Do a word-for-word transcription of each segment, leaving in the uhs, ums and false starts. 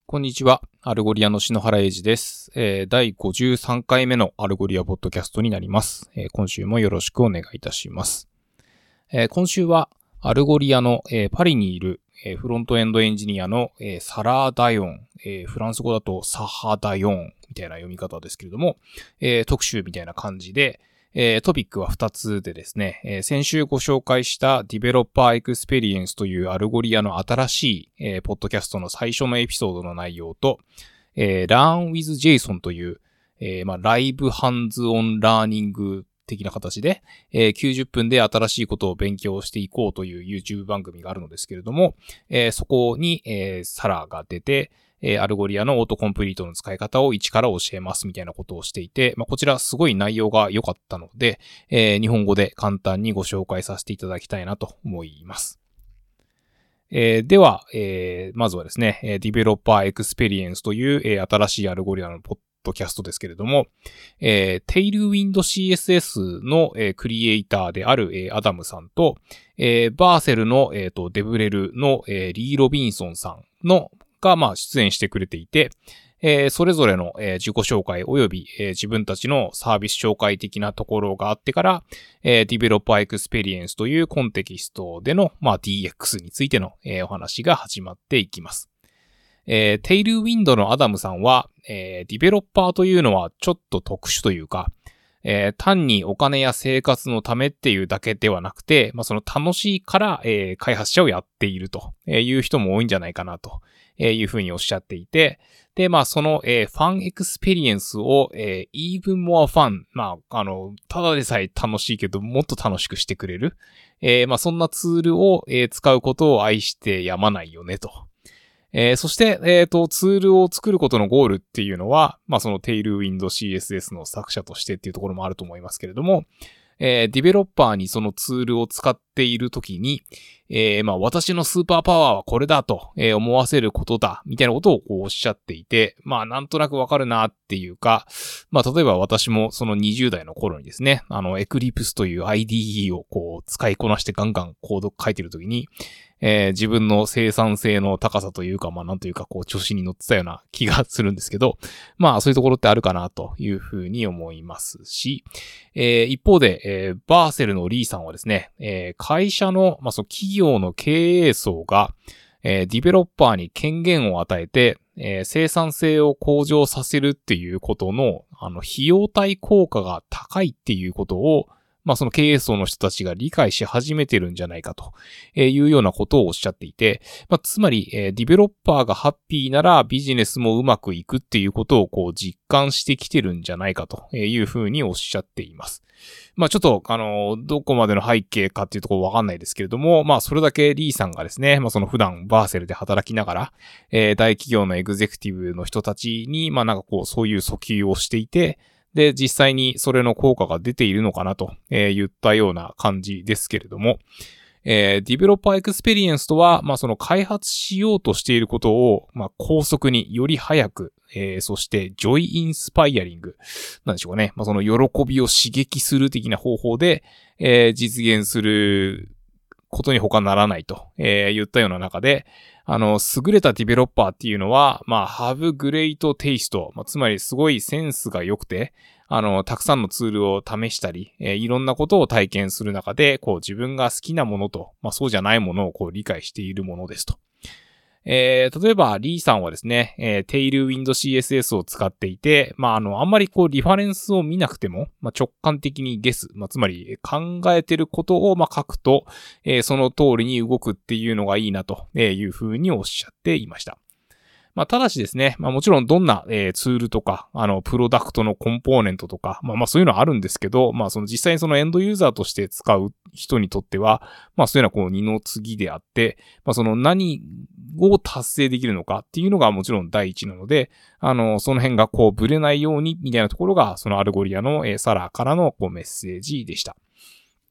こんにちは。アルゴリアの篠原英二です。えー、だいごじゅうさんかいめのアルゴリアポッドキャストになります。えー、今週もよろしくお願いいたします。えー、今週はアルゴリアの、えー、パリにいる、えー、フロントエンドエンジニアの、えー、サラー・ダヨン、えー、フランス語だとサハ・ダヨンみたいな読み方ですけれども、えー、特集みたいな感じで、えー、トピックはふたつでですね、えー、先週ご紹介したディベロッパーエクスペリエンスというアルゴリアの新しい、えー、ポッドキャストの最初のエピソードの内容と、えー、Learn with JSON という、えー、まあ、ライブハンズオンラーニング的な形で、えー、きゅうじゅっぷんで新しいことを勉強していこうという YouTube 番組があるのですけれども、えー、そこに、えー、サラが出て、えー、アルゴリアのオートコンプリートの使い方を一から教えますみたいなことをしていて、まあ、こちらすごい内容が良かったので、えー、日本語で簡単にご紹介させていただきたいなと思います。えー、では、えー、まずはですね、Developer Experience という、えー、新しいアルゴリアのポッドキャストですけれども、えー、Tailwind シーエスエス の、えー、クリエイターである、えー、アダムさんと、えー、バーセルの、えー、とデブレルの、えー、リー・ロビンソンさんのが、まあ、出演してくれていて、えー、それぞれの、えー、自己紹介及び、えー、自分たちのサービス紹介的なところがあってから、えー、Developer Experience というコンテキストでの、まあ、ディーエックス についての、えー、お話が始まっていきます。えー、Tailwind のアダムさんは、えー、ディベロッパーというのはちょっと特殊というか、えー、単にお金や生活のためっていうだけではなくて、まあ、その楽しいから、えー、開発者をやっているという人も多いんじゃないかなというふうにおっしゃっていて、で、まあ、その、えー、ファンエクスペリエンスを、えー、even more fun、まあ、あの、ただでさえ楽しいけど、もっと楽しくしてくれる。えー、まあ、そんなツールを、えー、使うことを愛してやまないよねと。えー、そして、えっと、ツールを作ることのゴールっていうのは、まあ、その Tailwind シーエスエス の作者としてっていうところもあると思いますけれども、えー、ディベロッパーにそのツールを使っているときに、えー、まあ、私のスーパーパワーはこれだと、えー、思わせることだ、みたいなことをこうおっしゃっていて、まあ、なんとなくわかるなっていうか、まあ、例えば私もそのにじゅう代の頃にですね、あの、Eclipse という アイディーイー をこう使いこなしてガンガンコード書いてるときに、えー、自分の生産性の高さというか、まあなんというかこう調子に乗ってたような気がするんですけど、まあそういうところってあるかなというふうに思いますし、えー、一方で、えー、バーセルのリーさんはですね、えー、会社の、まあその企業の経営層が、えー、ディベロッパーに権限を与えて、えー、生産性を向上させるっていうことの、あの、費用対効果が高いっていうことを、まあその経営層の人たちが理解し始めてるんじゃないかというようなことをおっしゃっていて、まあつまり、えー、ディベロッパーがハッピーならビジネスもうまくいくっていうことをこう実感してきてるんじゃないかというふうにおっしゃっています。まあちょっと、あの、どこまでの背景かっていうところわかんないですけれども、まあそれだけリーさんがですね、まあその普段バーセルで働きながら、えー、大企業のエグゼクティブの人たちに、まあなんかこうそういう訴求をしていて、で、実際にそれの効果が出ているのかなと、えー、言ったような感じですけれども、えー、ディベロッパーエクスペリエンスとは、まあ、その開発しようとしていることを、まあ、高速により早く、えー、そして、ジョイインスパイアリング。なんでしょうかね。まあ、その喜びを刺激する的な方法で、えー、実現することに他ならないと、えー、言ったような中で、あの、優れたディベロッパーっていうのは、まあ、have great taste、まあ、つまりすごいセンスが良くて、あの、たくさんのツールを試したり、えー、いろんなことを体験する中で、こう自分が好きなものと、まあそうじゃないものをこう理解しているものですと。えー、例えば、リーさんはですね、えー、Tailwind シーエスエス を使っていて、まあ、あの、あんまりこう、リファレンスを見なくても、まあ、直感的にゲス、まあ、つまり、考えてることを、まあ、書くと、えー、その通りに動くっていうのがいいな、というふうにおっしゃっていました。まあ、ただしですね、まあもちろんどんな、えー、ツールとか、あの、プロダクトのコンポーネントとか、まあまあそういうのはあるんですけど、まあその実際にそのエンドユーザーとして使う人にとっては、まあそういうのはこう二の次であって、まあその何を達成できるのかっていうのがもちろん第一なので、あの、その辺がこうブレないようにみたいなところが、そのアルゴリアの、えー、サラからのこうメッセージでした。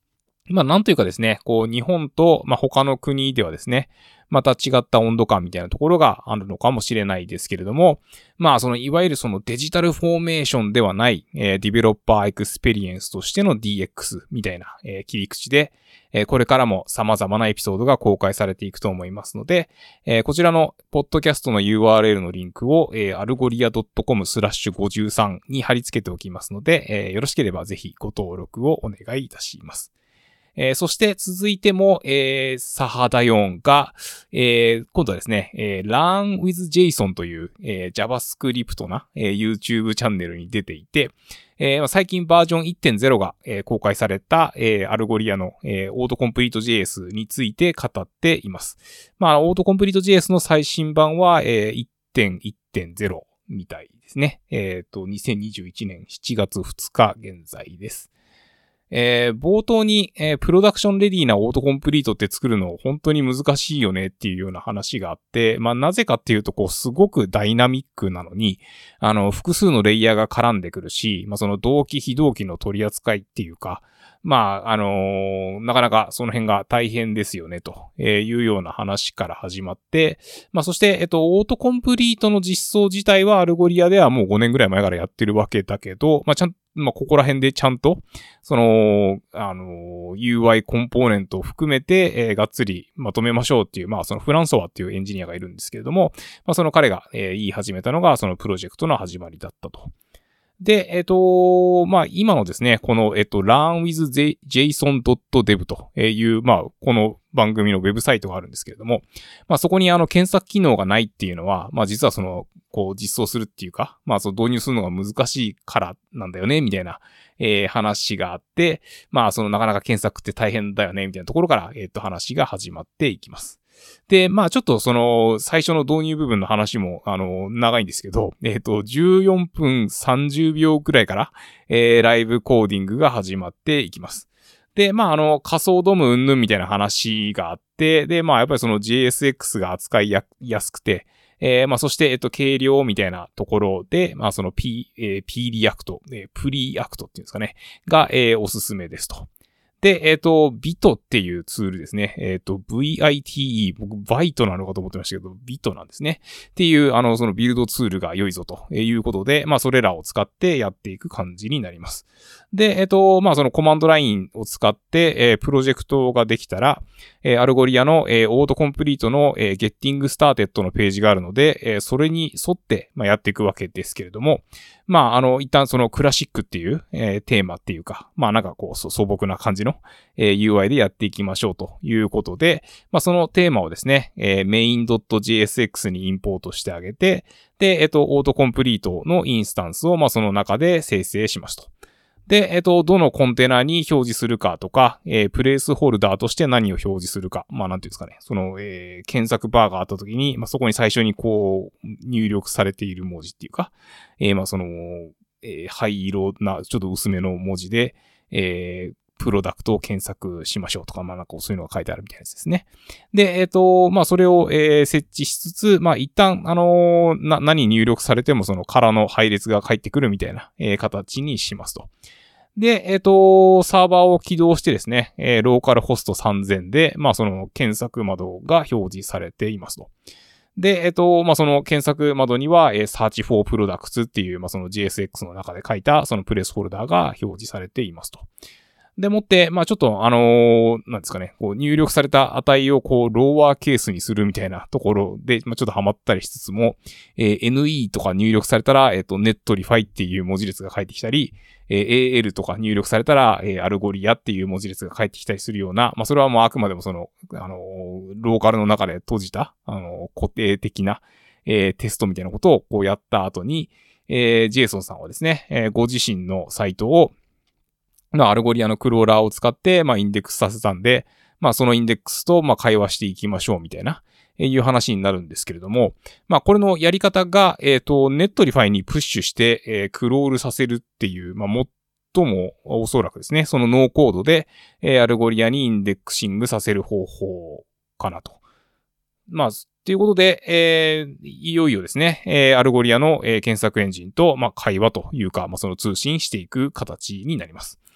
まあなんというかですね、こう日本と、まあ他の国ではですね、また違った温度感みたいなところがあるのかもしれないですけれども、まあそのいわゆるそのデジタルフォーメーションではない、えー、ディベロッパーエクスペリエンスとしての ディーエックス みたいな、えー、切り口で、えー、これからも様々なエピソードが公開されていくと思いますので、えー、こちらのポッドキャストの ユーアールエル のリンクを、えー、アルゴリア .com スラッシュごじゅうさんに貼り付けておきますので、えー、よろしければぜひご登録をお願いいたします。えー、そして続いても、えー、サハダヨンが、えー、今度はですね、えー、Learn with JSON という、えー、JavaScript な、えー、YouTube チャンネルに出ていて、えー、最近バージョン いってんゼロ が、えー、公開された、えー、アルゴリアの、えー、オートコンプリート ジェイエス について語っています。まあ、オートコンプリート ジェイエス の最新版は、えー、いってんいちてんゼロ みたいですね。えっと、にせんにじゅういちねんしちがつふつか現在です。えー、冒頭に、えー、プロダクションレディーなオートコンプリートって作るの本当に難しいよねっていうような話があって、まあなぜかっていうとこうすごくダイナミックなのに、あの複数のレイヤーが絡んでくるし、まあその同期非同期の取り扱いっていうか、まああのー、なかなかその辺が大変ですよねというような話から始まって、まあそしてえっとオートコンプリートの実装自体はアルゴリアではもうごねんぐらい前からやってるわけだけど、まあちゃんとまあ、ここら辺でちゃんと、その、あの、ユーアイ コンポーネントを含めて、えー、がっつりまとめましょうっていう、まあ、そのフランソワっていうエンジニアがいるんですけれども、まあ、その彼が、えー、言い始めたのが、そのプロジェクトの始まりだったと。で、えっと、まあ、今のですね、この、えっと、ラン ウィズ ジェイソン ドット デブ という、まあ、この番組のウェブサイトがあるんですけれども、まあ、そこにあの、検索機能がないっていうのは、まあ、実はその、こう、実装するっていうか、まあ、その導入するのが難しいからなんだよね、みたいな、えー、話があって、まあ、その、なかなか検索って大変だよね、みたいなところから、えっと、話が始まっていきます。で、まあちょっとその最初の導入部分の話もあの長いんですけど、えっとじゅうよんぷんさんじゅうびょうくらいから、えー、ライブコーディングが始まっていきます。で、まああの仮想ドーム云々みたいな話があって、で、まあやっぱりその ジェイエスエックス が扱いやすくて、えー、まあそしてえっと軽量みたいなところで、まあその P、えー、P リアクト、えー、プリアクトっていうんですかね、が、えー、おすすめですと。で、えっと、ビトっていうツールですね。えっと、ブイアイティーイー、僕、バイトなのかと思ってましたけど、ビトなんですね。っていう、あの、そのビルドツールが良いぞということで、まあ、それらを使ってやっていく感じになります。で、えっと、まあ、そのコマンドラインを使って、えー、プロジェクトができたら、えー、アルゴリアの、えー、オートコンプリートの、えー、Getting Started のページがあるので、えー、それに沿って、まあ、やっていくわけですけれども、まあ、あの、一旦そのクラシックっていう、えー、テーマっていうか、まあ、なんかこう、素朴な感じの、えー、ユーアイ でやっていきましょうということで、まあ、そのテーマをですね、えー、main.jsx にインポートしてあげて、で、えっと、オートコンプリートのインスタンスを、まあ、その中で生成しますと。で、えっと、どのコンテナに表示するかとか、えー、プレイスホルダーとして何を表示するか。まあ、なんていうんですかね。その、えー、検索バーがあった時に、まあ、そこに最初にこう、入力されている文字っていうか、えー、まあ、その、えー、灰色な、ちょっと薄めの文字で、えー、プロダクトを検索しましょうとか、まあなんかそういうのが書いてあるみたいなやつですね。で、えっと、まあそれを、えー、設置しつつ、まあ一旦、あのー、な、何入力されてもその空の配列が返ってくるみたいな、えー、形にしますと。で、えっと、サーバーを起動してですね、えー、ローカルホストさんぜんで、まあその検索窓が表示されていますと。で、えっと、まあ、その検索窓には、えー、Search for Products っていう、まあ、その ジェイエスエックス の中で書いた、そのプレスフォルダーが表示されていますと。でもって、まあ、ちょっと、あのー、なんですかね、こう入力された値をこう、ローワーケースにするみたいなところで、まあ、ちょっとハマったりしつつも、えー、エヌイー とか入力されたら、えっと、Netlify っていう文字列が返ってきたり、えー、エーエル とか入力されたら、えー、アルゴリアっていう文字列が返ってきたりするような、まあ、それはもうあくまでもその、あのー、ローカルの中で閉じた、あのー、固定的な、えー、テストみたいなことをこうやった後に、えー、ジェイソンさんはですね、えー、ご自身のサイトを、まあ、アルゴリアのクローラーを使って、まあ、インデックスさせたんで、まあ、そのインデックスと、まあ、会話していきましょうみたいな、えー、いう話になるんですけれども、まあ、これのやり方が、えっと、Netlifyにプッシュして、えー、クロールさせるっていう、まあ、最もおそらくですね、そのノーコードで、えー、アルゴリアにインデックシングさせる方法かなと。まあ、ということで、えー、いよいよですね、えー、アルゴリアの、えー、検索エンジンと、まあ、会話というか、まあ、その通信していく形になります。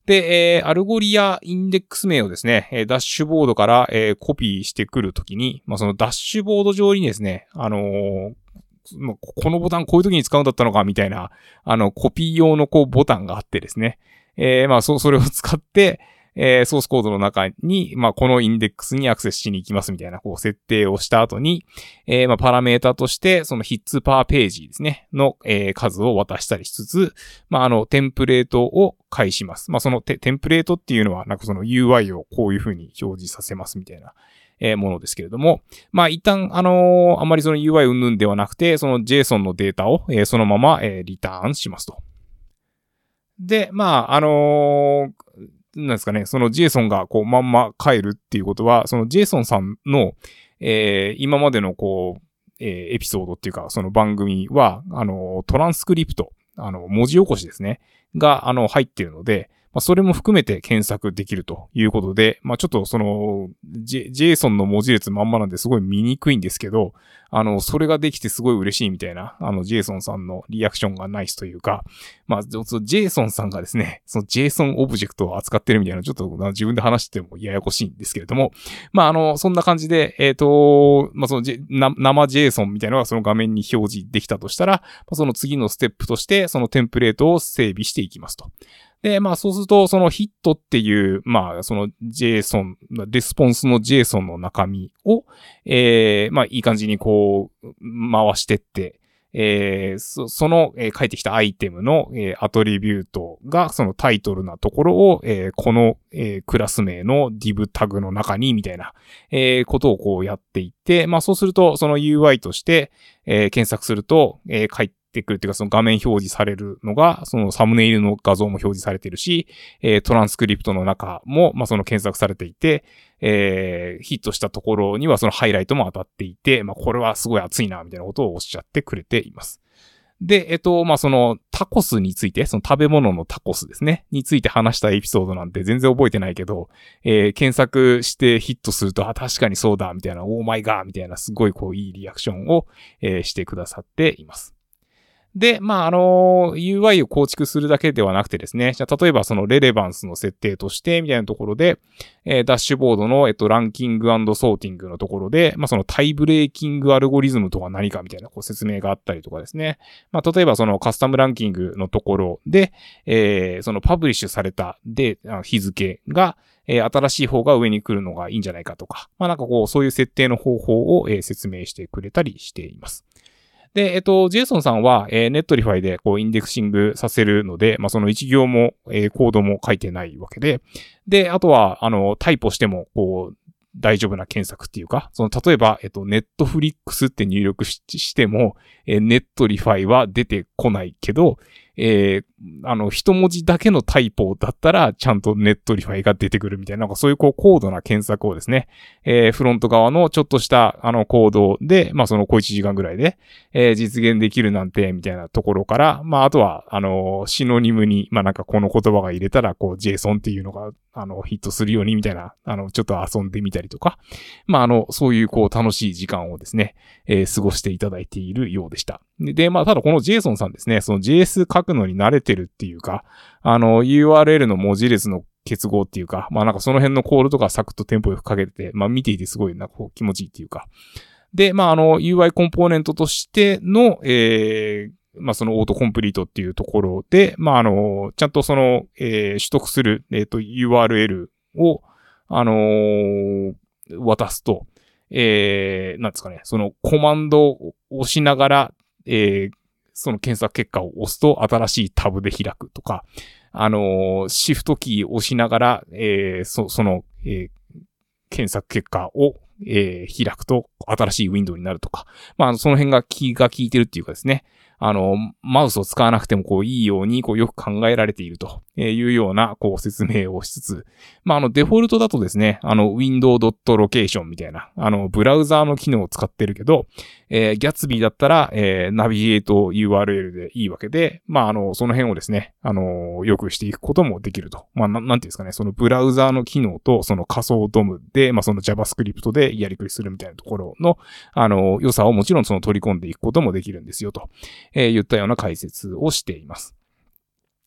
で、えー、アルゴリアインデックス名をですね、ダッシュボードから、えー、コピーしてくるときに、まあ、そのダッシュボード上にですね、あのー、このボタンこういう時に使うんだったのかみたいな、あの、コピー用のこうボタンがあってですね。えー、まあ、そ、それを使って、えー、ソースコードの中に、まあ、このインデックスにアクセスしに行きますみたいな、こう、設定をした後に、えー、まあ、パラメータとして、そのヒッツパーページですね、の、えー、数を渡したりしつつ、まあ、あの、テンプレートを返します。まあ、そのテ、テンプレートっていうのは、なんかその ユーアイ をこういう風に表示させますみたいな。えー、ものですけれども、まあ一旦、あのー、あまりその ユーアイ 云々ではなくて、その JSON のデータを、えー、そのまま、えー、リターンしますと。で、まあ、あのー、なんですかね、その JSON がこうまんま返るっていうことは、その JSON さんの、えー、今までのこう、えー、エピソードっていうか、その番組は、あのー、トランスクリプト、あの、文字起こしですね、が、あの、入っているので、まあ、それも含めて検索できるということで、まあ、ちょっとその、J、JSON の文字列まんまなんですごい見にくいんですけど、あの、それができてすごい嬉しいみたいな、あの、JSON さんのリアクションがナイスというか、まあ、その JSON さんがですね、その JSON オブジェクトを扱ってるみたいな、ちょっと自分で話してもややこしいんですけれども、まあ、あの、そんな感じで、えっと、まあ、その、J、な生 JSON みたいなのがその画面に表示できたとしたら、その次のステップとして、そのテンプレートを整備していきますと。で、まあそうすると、そのヒットっていう、まあその JSON、レスポンスの JSON の中身を、えー、まあいい感じにこう、回してって、えー、そ, その、えー、返ってきたアイテムの、えー、アトリビュートがそのタイトルなところを、えー、この、えー、クラス名の div タグの中にみたいな、えー、ことをこうやっていって、まあそうするとその ユーアイ として、えー、検索すると、えー、返っててくるっていうか、その画面表示されるのが、そのサムネイルの画像も表示されてるし、えー、トランスクリプトの中も、まあ、その検索されていて、えー、ヒットしたところにはそのハイライトも当たっていて、まあ、これはすごい熱いな、みたいなことをおっしゃってくれています。で、えっと、まあ、そのタコスについて、その食べ物のタコスですね、について話したエピソードなんて全然覚えてないけど、えー、検索してヒットすると、あ、確かにそうだ、みたいな、オーマイガー、みたいな、すごいこういいリアクションを、えー、してくださっています。で、まあ、あの、ユーアイ を構築するだけではなくてですね、じゃあ、例えばそのレレバンスの設定として、みたいなところで、えー、ダッシュボードの、えっと、ランキング&ソーティングのところで、まあ、そのタイブレーキングアルゴリズムとは何かみたいなこう説明があったりとかですね。まあ、例えばそのカスタムランキングのところで、えー、そのパブリッシュされたで、日付が、えー、新しい方が上に来るのがいいんじゃないかとか、まあ、なんかこう、そういう設定の方法を、えー、説明してくれたりしています。で、えっと、JSON さんは、えー、Netlify でこうインデクシングさせるので、まあ、その一行も、えー、コードも書いてないわけで、で、あとは、あの、タイプをしても、こう、大丈夫な検索っていうか、その、例えば、えっと、Netflix って入力 し, しても、えー、Netlify は出てこないけど、えー、あの、一文字だけのタイプだったら、ちゃんと Netlify が出てくるみたいな、なんかそういうこう、高度な検索をですね、えー、フロント側のちょっとした、あの、コードで、まあ、その小いちじかんぐらいで、えー、実現できるなんて、みたいなところから、まあ、あとは、あの、シノニムに、まあ、なんかこの言葉が入れたら、こう、JSON っていうのが、あの、ヒットするように、みたいな、あの、ちょっと遊んでみたりとか、まあ、あの、そういう、こう、楽しい時間をですね、えー、過ごしていただいているようでした。で、でまあ、ただこの JSON さんですね、その ジェイエス 書くのに慣れてるっていうか、あの、ユーアールエル の文字列の結合っていうか、まあなんかその辺のコードとかサクッとテンポよくかけてて、まあ見ていてすごいなんかこう気持ちいいっていうか。で、まああの ユーアイ コンポーネントとしての、えー、まあそのオートコンプリートっていうところで、まああの、ちゃんとその、えー、取得する、えっと ユーアールエル を、あのー、渡すと、えー、なんですかね、そのコマンドを押しながら、えー、その検索結果を押すと新しいタブで開くとか、あのー、シフトキーを押しながら、えー、そ, その、えー、検索結果を、えー、開くと新しいウィンドウになるとか、まあ、その辺が気が利いてるっていうかですね、あの、マウスを使わなくてもこういいようにこうよく考えられているというようなこう説明をしつつ、まあ、あのデフォルトだとですね、あの window.location みたいな、あのブラウザーの機能を使ってるけど、えー、Gatsby だったら、えー、ナビゲート ユーアールエル でいいわけで、まあ、あの、その辺をですね、あの、良くしていくこともできると。まあ、な、なんていうんですかね、そのブラウザーの機能とその仮想ドムで、まあ、その JavaScript でやりくりするみたいなところの、あの、良さをもちろんその取り込んでいくこともできるんですよと、えー、言ったような解説をしています。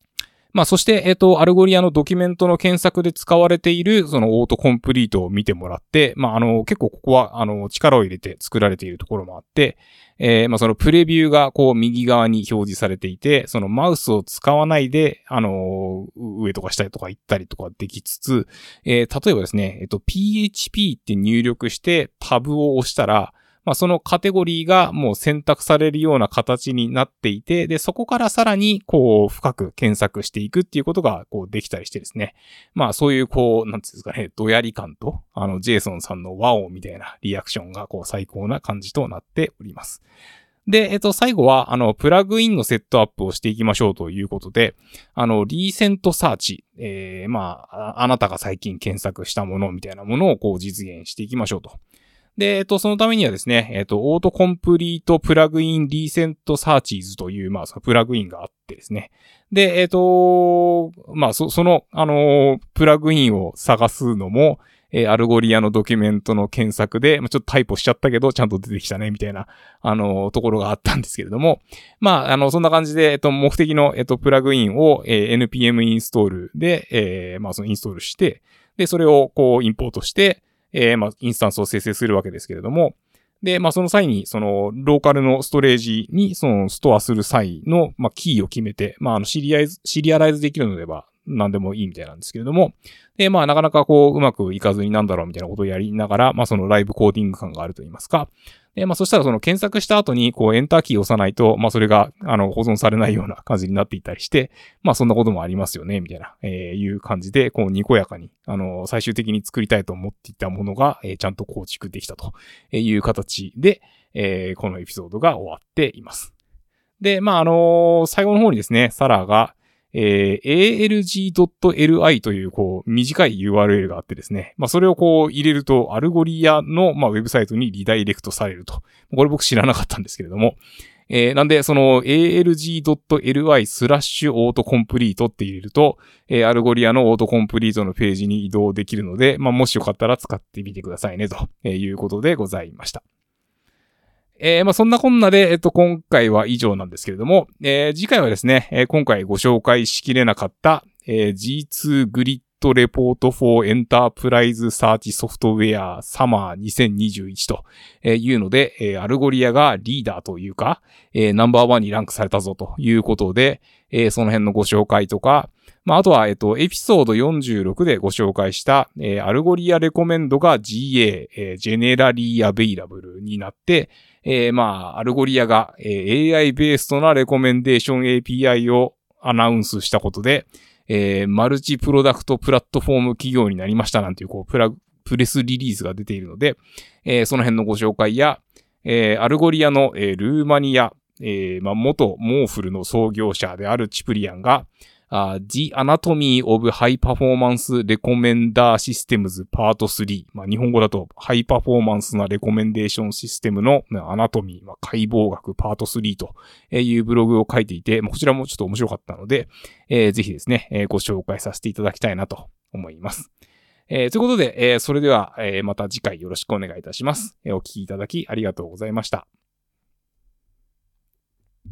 まあ、そして、えっと、アルゴリアのドキュメントの検索で使われている、そのオートコンプリートを見てもらって、まあ、あの、結構ここは、あの、力を入れて作られているところもあって、えー、まあ、そのプレビューが、こう、右側に表示されていて、そのマウスを使わないで、あの、上とか下とか行ったりとかできつつ、えー、例えばですね、えっと、ピーエイチピー って入力してタブを押したら、まあ、そのカテゴリーがもう選択されるような形になっていて、で、そこからさらに、こう、深く検索していくっていうことが、こう、できたりしてですね。まあ、そういう、こう、なんていうんですかね、ドヤリ感と、あの、ジェイソンさんのワオみたいなリアクションが、こう、最高な感じとなっております。で、えっと、最後は、あの、プラグインのセットアップをしていきましょうということで、あの、リーセントサーチ、えー、まあ、あなたが最近検索したものみたいなものを、こう、実現していきましょうと。で、えっと、そのためにはですね、えっと、オートコンプリートプラグインリーセントサーチーズという、まあ、そのプラグインがあってですね。で、えっと、まあ、そ、その、あの、プラグインを探すのも、えー、アルゴリアのドキュメントの検索で、まあ、ちょっとタイプしちゃったけど、ちゃんと出てきたね、みたいな、あの、ところがあったんですけれども、まあ、あの、そんな感じで、えっと、目的の、えっと、プラグインを、えー、エヌピーエム インストールで、えー、まあ、そのインストールして、で、それを、こう、インポートして、えー、まあ、インスタンスを生成するわけですけれども、で、まあ、その際に、その、ローカルのストレージに、その、ストアする際の、まあ、キーを決めて、まあ、あの、シリアイズ、シリアライズできるのでは、何でもいいみたいなんですけれども、で、まあ、なかなかこう、うまくいかずになんだろうみたいなことをやりながら、まあ、そのライブコーディング感があると言いますか。で、まあ、そしたらその検索した後に、こう、エンターキーを押さないと、まあ、それが、あの、保存されないような感じになっていたりして、まあ、そんなこともありますよね、みたいな、えー、いう感じで、こう、にこやかに、あの、最終的に作りたいと思っていたものが、えー、ちゃんと構築できたという形で、えー、このエピソードが終わっています。で、まあ、あのー、最後の方にですね、サラが、えー、エーエルジードットエルアイ という、こう、短い ユーアールエル があってですね。まあ、それをこう、入れると、アルゴリアの、まあ、ウェブサイトにリダイレクトされると。これ僕知らなかったんですけれども。えー、なんで、その エーエルジードットエルアイ スラッシュオートコンプリートって入れると、えー、アルゴリアのオートコンプリートのページに移動できるので、まあ、もしよかったら使ってみてくださいね、ということでございました。えー、まあ、そんなこんなで、えっと、今回は以上なんですけれども、えー、次回はですね、えー、今回ご紹介しきれなかった、えー、ジーツー Grid Report for Enterprise Search Software Summer にせんにじゅういちというので、えー、アルゴリアがリーダーというか、えー、ナンバーワンにランクされたぞということで、えー、その辺のご紹介とか、まあ、あとは、えっと、エピソードよんじゅうろくでご紹介した、えー、アルゴリアレコメンドが ジーエー、えー、Generally Available になって、えー、まあ、アルゴリアが、えー、エーアイ ベーストなレコメンデーション エーピーアイ をアナウンスしたことで、えー、マルチプロダクトプラットフォーム企業になりましたなんていう、こう、プラ、プレスリリースが出ているので、えー、その辺のご紹介や、えー、アルゴリアの、えー、ルーマニア、えー、まあ、元モーフルの創業者であるチプリアンが、Uh, The Anatomy of High Performance Recommender Systems Part スリー。まあ、日本語だとハイパフォーマンスなレコメンデーションシステムのアナトミー、まあ、解剖学パートスリーというブログを書いていて、まあ、こちらもちょっと面白かったので、えー、ぜひですね、えー、ご紹介させていただきたいなと思います。えー、ということで、えー、それでは、えー、また次回よろしくお願いいたします。えー、お聞きいただきありがとうございました。